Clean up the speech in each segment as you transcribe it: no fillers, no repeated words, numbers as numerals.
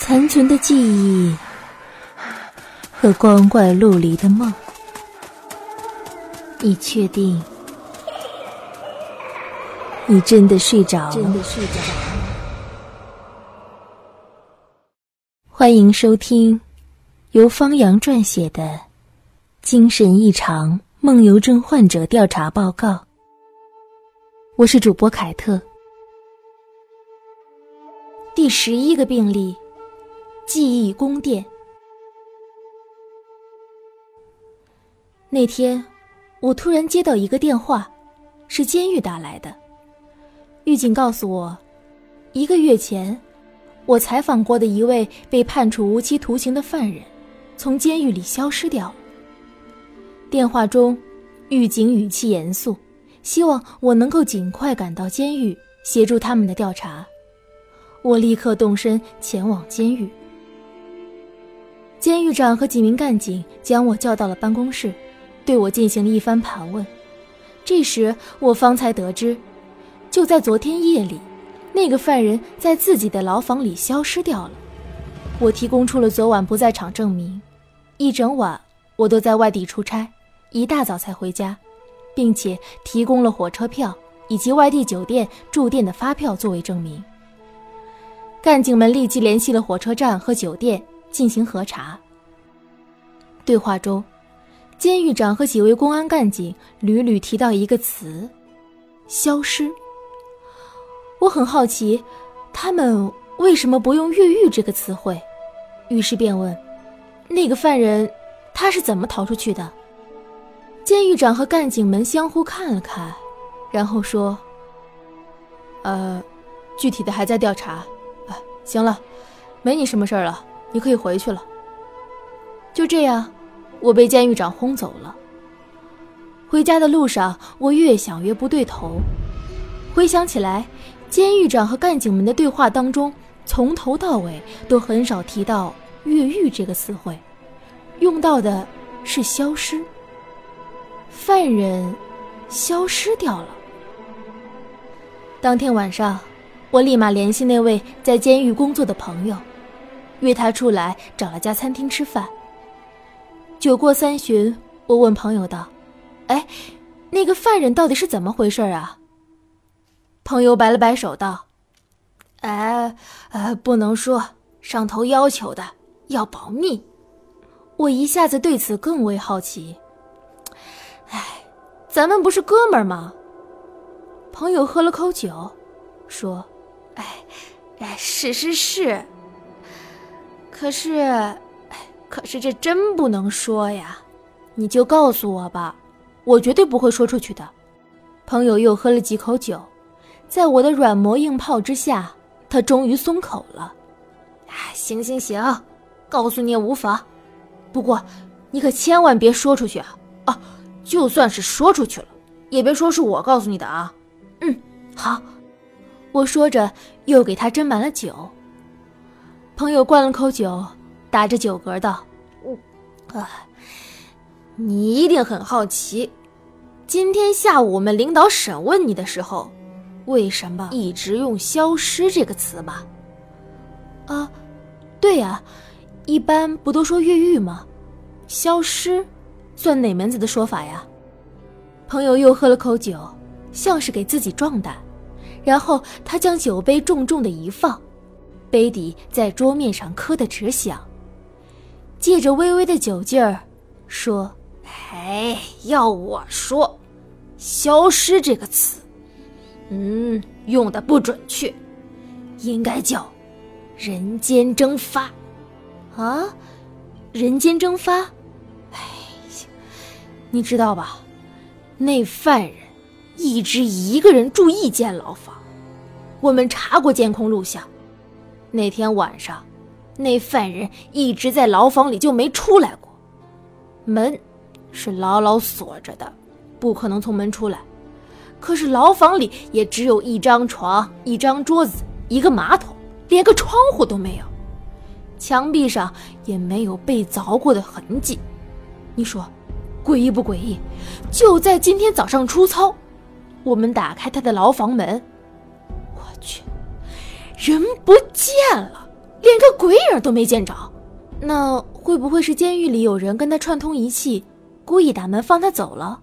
残存的记忆和光怪陆离的梦。你确定你真的睡着了？欢迎收听由方洋撰写的《精神异常梦游症患者调查报告》。我是主播凯特。第11个病例，记忆宫殿。那天我突然接到一个电话，是监狱打来的。狱警告诉我，1个月前我采访过的一位被判处无期徒刑的犯人从监狱里消失掉了。电话中狱警语气严肃，希望我能够尽快赶到监狱协助他们的调查。我立刻动身前往监狱。监狱长和几名干警将我叫到了办公室，对我进行了一番盘问。这时我方才得知，就在昨天夜里，那个犯人在自己的牢房里消失掉了。我提供出了昨晚不在场证明，一整晚我都在外地出差，一大早才回家，并且提供了火车票以及外地酒店住店的发票作为证明。干警们立即联系了火车站和酒店进行核查。对话中，监狱长和几位公安干警屡屡提到一个词：消失。我很好奇，他们为什么不用越狱这个词汇，于是便问，那个犯人他是怎么逃出去的？监狱长和干警们相互看了看，然后说，具体的还在调查。行了，没你什么事儿了，你可以回去了。就这样，我被监狱长轰走了。回家的路上，我越想越不对头。回想起来，监狱长和干警们的对话当中，从头到尾都很少提到越狱这个词汇，用到的是消失。犯人消失掉了。当天晚上，我立马联系那位在监狱工作的朋友，约他出来找了家餐厅吃饭。酒过3巡，我问朋友道，那个犯人到底是怎么回事啊？朋友摆了摆手道，不能说，上头要求的，要保密。我一下子对此更为好奇。咱们不是哥们儿吗？朋友喝了口酒，说，是，可是这真不能说呀，你就告诉我吧，我绝对不会说出去的。朋友又喝了几口酒，在我的软磨硬泡之下，他终于松口了。行，告诉你也无妨，不过你可千万别说出去啊！就算是说出去了，也别说是我告诉你的啊。好。我说着又给他斟满了酒。朋友灌了口酒，打着酒嗝道，你一定很好奇，今天下午我们领导审问你的时候，为什么一直用消失这个词吧？对呀，一般不都说越狱吗？消失算哪门子的说法呀？朋友又喝了口酒，像是给自己壮胆，然后他将酒杯重重的一放，杯底在桌面上磕得直响，借着微微的酒劲儿说，要我说，消失这个词用的不准确，应该叫人间蒸发。人间蒸发？你知道吧，那犯人一直一个人住1间牢房，我们查过监控录像，那天晚上那犯人一直在牢房里就没出来过，门是牢牢锁着的，不可能从门出来。可是牢房里也只有1张床、1张桌子、1个马桶，连个窗户都没有，墙壁上也没有被凿过的痕迹。你说诡异不诡异？就在今天早上出操，我们打开他的牢房门，我去，人不见了， 连个鬼影都没见着。那会不会是监狱里有人跟他串通一气，故意打门放他走了？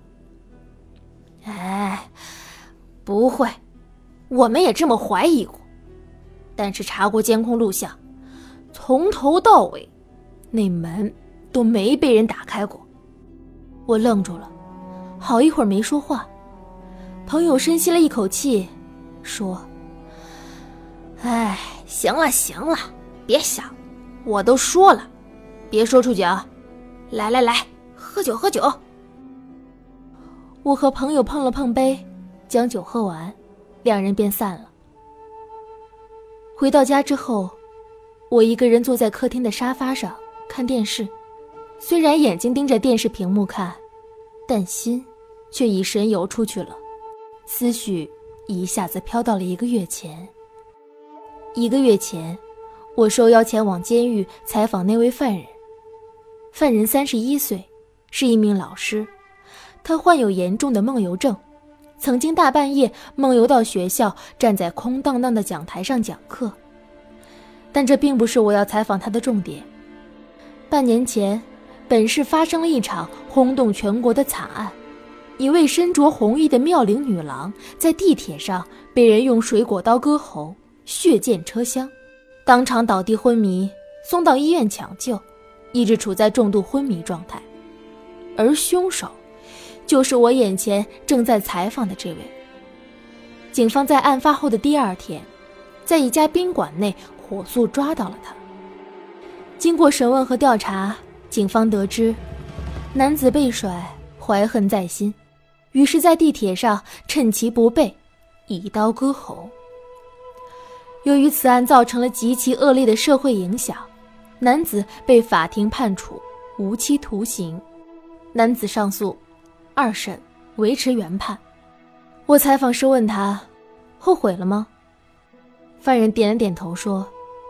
哎，不会，我们也这么怀疑过，但是查过监控录像，从头到尾那门都没被人打开过。我愣住了，好一会儿没说话。朋友深吸了一口气，说：哎，行了行了，别想，我都说了，别说出去啊。来来来，喝酒喝酒。我和朋友碰了碰杯，将酒喝完，两人便散了。回到家之后，我一个人坐在客厅的沙发上看电视，虽然眼睛盯着电视屏幕看，但心却已神游出去了，思绪一下子飘到了1个月前。1个月前，我受邀前往监狱采访那位犯人。犯人31岁，是一名老师，他患有严重的梦游症，曾经大半夜梦游到学校，站在空荡荡的讲台上讲课。但这并不是我要采访他的重点。半年前，本市发生了一场轰动全国的惨案，一位身着红衣的妙龄女郎在地铁上被人用水果刀割喉，血溅车厢，当场倒地昏迷，送到医院抢救，一直处在重度昏迷状态。而凶手就是我眼前正在采访的这位。警方在案发后的第2天，在一家宾馆内火速抓到了他。经过审问和调查，警方得知男子被甩，怀恨在心，于是在地铁上趁其不备，一刀割喉。由于此案造成了极其恶劣的社会影响，男子被法庭判处无期徒刑。男子上诉，2审维持原判。我采访时问他，后悔了吗？犯人点了点头说，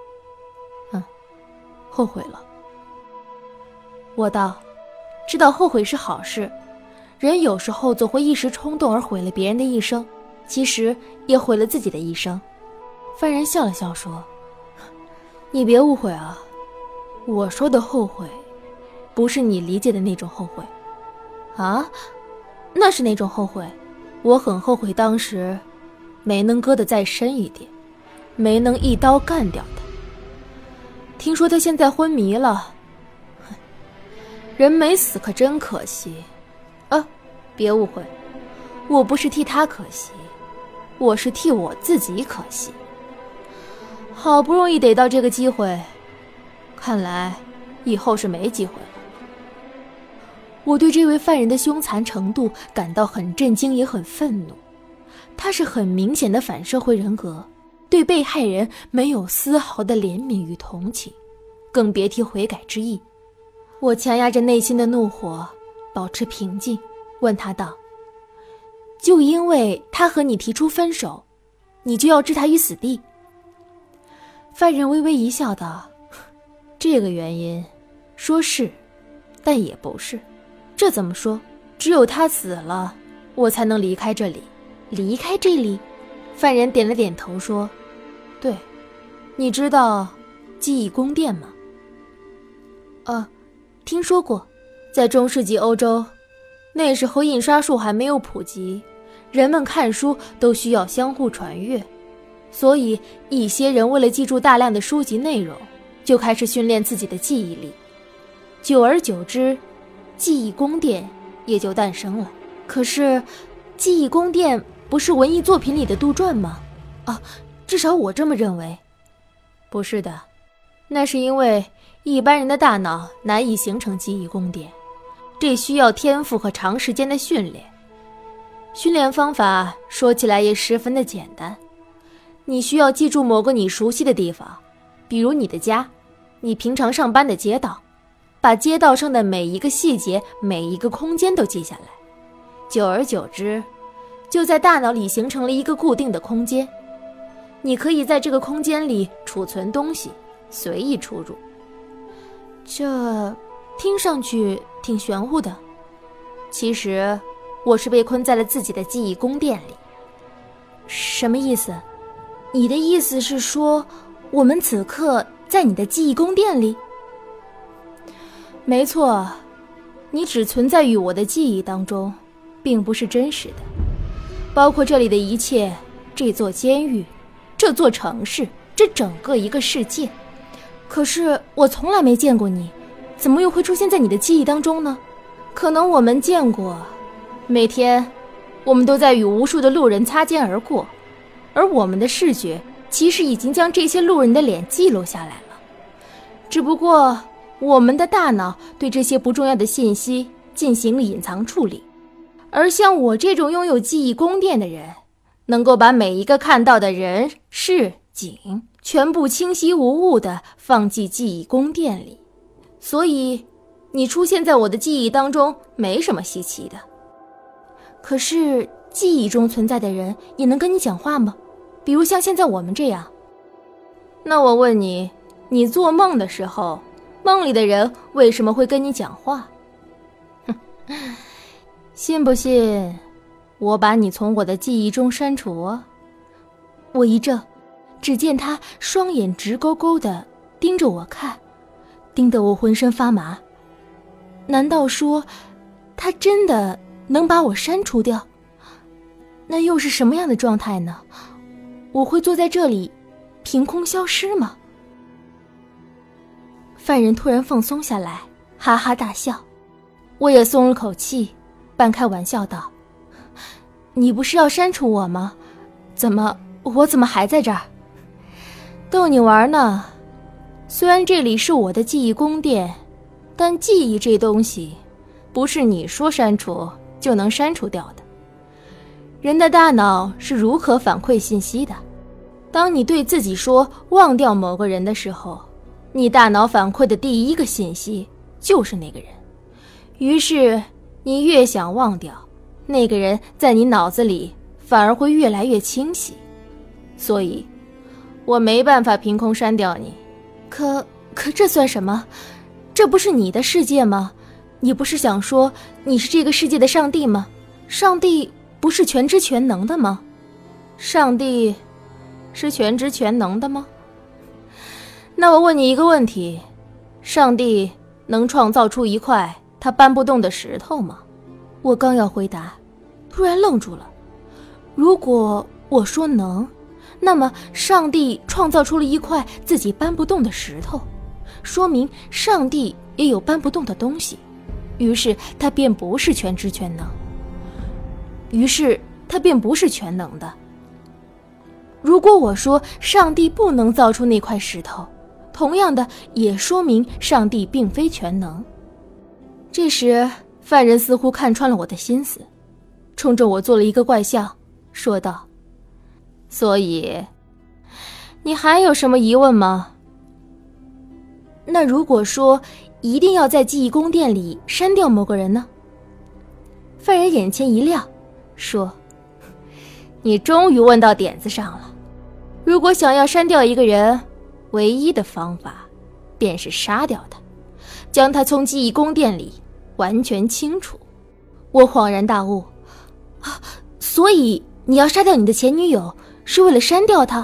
后悔了。我道，知道后悔是好事，人有时候总会一时冲动而毁了别人的一生，其实也毁了自己的一生。犯人笑了笑说，你别误会啊，我说的后悔不是你理解的那种后悔。啊？那是哪种后悔？我很后悔当时没能割得再深一点，没能一刀干掉他。听说他现在昏迷了，人没死可真可惜。别误会，我不是替他可惜，我是替我自己可惜。好不容易逮到这个机会，看来以后是没机会了。我对这位犯人的凶残程度感到很震惊，也很愤怒。他是很明显的反社会人格，对被害人没有丝毫的怜悯与同情，更别提悔改之意。我强压着内心的怒火，保持平静，问他道，就因为他和你提出分手，你就要置他于死地？犯人微微一笑道，这个原因说是，但也不是。这怎么说？只有他死了，我才能离开这里。离开这里？犯人点了点头说，对。你知道记忆宫殿吗？听说过。在中世纪欧洲，那时候印刷术还没有普及，人们看书都需要相互传阅，所以一些人为了记住大量的书籍内容，就开始训练自己的记忆力。久而久之，记忆宫殿也就诞生了。可是记忆宫殿不是文艺作品里的杜撰吗？至少我这么认为。不是的，那是因为一般人的大脑难以形成记忆宫殿，这需要天赋和长时间的训练。训练方法说起来也十分的简单，你需要记住某个你熟悉的地方，比如你的家，你平常上班的街道，把街道上的每一个细节，每一个空间都记下来。久而久之，就在大脑里形成了一个固定的空间，你可以在这个空间里储存东西，随意出入。这听上去挺玄乎的，其实我是被困在了自己的记忆宫殿里。什么意思？你的意思是说，我们此刻在你的记忆宫殿里？没错，你只存在于我的记忆当中，并不是真实的。包括这里的一切，这座监狱，这座城市，这整个一个世界。可是我从来没见过你，怎么又会出现在你的记忆当中呢？可能我们见过，每天我们都在与无数的路人擦肩而过，而我们的视觉其实已经将这些路人的脸记录下来了，只不过我们的大脑对这些不重要的信息进行了隐藏处理。而像我这种拥有记忆宫殿的人，能够把每一个看到的人、事、景全部清晰无误地放进记忆宫殿里，所以你出现在我的记忆当中没什么稀奇的。可是记忆中存在的人也能跟你讲话吗？比如像现在我们这样。那我问你，你做梦的时候，梦里的人为什么会跟你讲话？信不信我把你从我的记忆中删除啊？我一怔，只见他双眼直勾勾地盯着我看，盯得我浑身发麻。难道说他真的能把我删除掉？那又是什么样的状态呢？我会坐在这里凭空消失吗？犯人突然放松下来，哈哈大笑。我也松了口气，半开玩笑道：你不是要删除我吗？我怎么还在这儿？逗你玩呢。虽然这里是我的记忆宫殿，但记忆这东西不是你说删除就能删除掉的。人的大脑是如何反馈信息的？当你对自己说忘掉某个人的时候，你大脑反馈的第一个信息就是那个人。于是你越想忘掉，那个人在你脑子里反而会越来越清晰。所以我没办法凭空删掉你。可这算什么？这不是你的世界吗？你不是想说你是这个世界的上帝吗？上帝不是全知全能的吗？上帝是全知全能的吗？那我问你一个问题，上帝能创造出一块他搬不动的石头吗？我刚要回答，突然愣住了。如果我说能，那么上帝创造出了一块自己搬不动的石头，说明上帝也有搬不动的东西，于是他便不是全知全能，全能的。如果我说上帝不能造出那块石头，同样的也说明上帝并非全能。这时犯人似乎看穿了我的心思，冲着我做了一个怪笑，说道：所以你还有什么疑问吗？那如果说一定要在记忆宫殿里删掉某个人呢？犯人眼前一亮，说：你终于问到点子上了。如果想要删掉一个人，唯一的方法便是杀掉他，将他从记忆宫殿里完全清除。我恍然大悟，所以你要杀掉你的前女友是为了删掉她？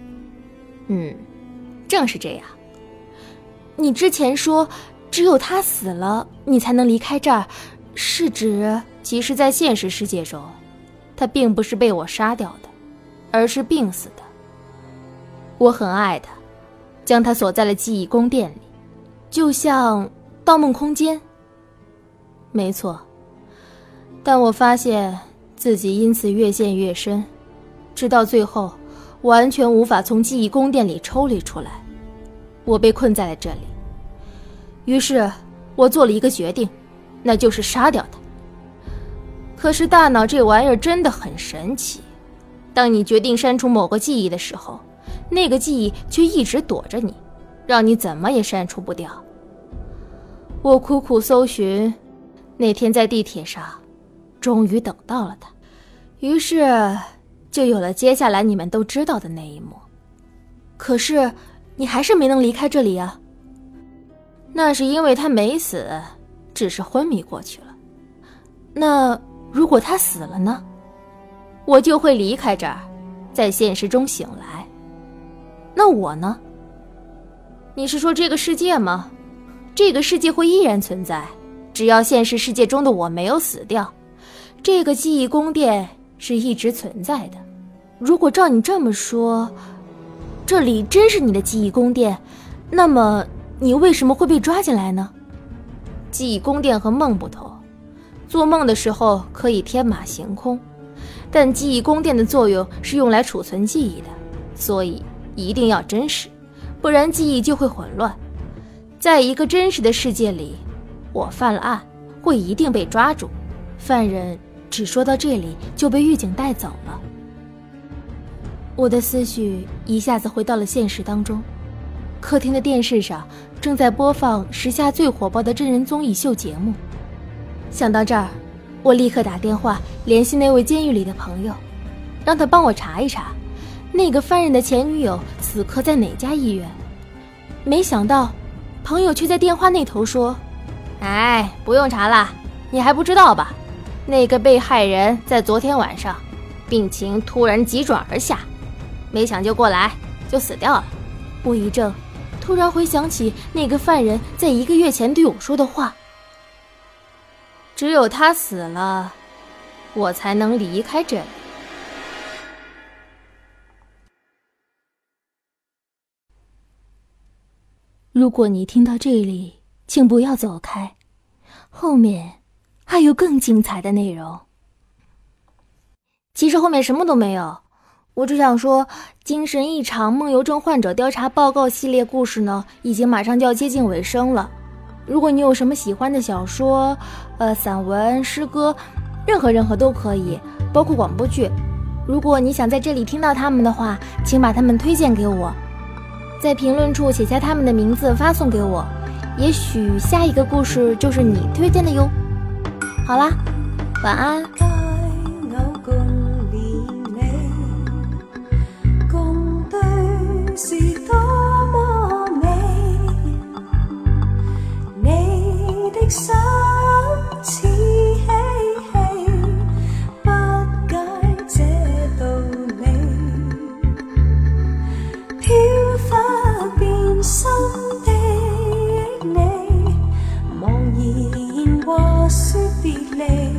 正是这样。你之前说只有她死了你才能离开这儿，是指其实在现实世界中，她并不是被我杀掉的，而是病死的。我很爱她，将她锁在了记忆宫殿里，就像盗梦空间。没错，但我发现自己因此越陷越深，直到最后完全无法从记忆宫殿里抽离出来，我被困在了这里。于是我做了一个决定，那就是杀掉他。可是大脑这玩意儿真的很神奇，当你决定删除某个记忆的时候，那个记忆却一直躲着你，让你怎么也删除不掉。我苦苦搜寻，那天在地铁上终于等到了他，于是就有了接下来你们都知道的那一幕。可是你还是没能离开这里啊。那是因为他没死，只是昏迷过去了。那如果他死了呢？我就会离开这儿，在现实中醒来。那我呢？ 你是说这个世界吗？这个世界会依然存在，只要现实世界中的我没有死掉，这个记忆宫殿是一直存在的。如果照你这么说，这里真是你的记忆宫殿，那么你为什么会被抓进来呢？记忆宫殿和梦不同，做梦的时候可以天马行空，但记忆宫殿的作用是用来储存记忆的，所以一定要真实，不然记忆就会混乱。在一个真实的世界里，我犯了案，会一定被抓住。犯人只说到这里就被狱警带走了。我的思绪一下子回到了现实当中，客厅的电视上正在播放时下最火爆的真人综艺秀节目。想到这儿，我立刻打电话联系那位监狱里的朋友，让他帮我查一查那个犯人的前女友此刻在哪家医院。没想到朋友却在电话那头说，哎，不用查了，你还不知道吧？那个被害人在昨天晚上病情突然急转而下，没抢救过来就死掉了。我一怔，突然回想起那个犯人在1个月前对我说的话，只有他死了，我才能离开这里。如果你听到这里，请不要走开，后面还有更精彩的内容。其实后面什么都没有，我只想说，精神异常梦游症患者调查报告系列故事呢，已经马上就要接近尾声了。如果你有什么喜欢的小说、散文、诗歌，任何都可以，包括广播剧。如果你想在这里听到他们的话，请把他们推荐给我，在评论处写下他们的名字发送给我，也许下一个故事就是你推荐的哟。好啦，晚安。是多麼美，你的心似嬉戲，不解這道理，飄忽變心的你，茫然話說別離。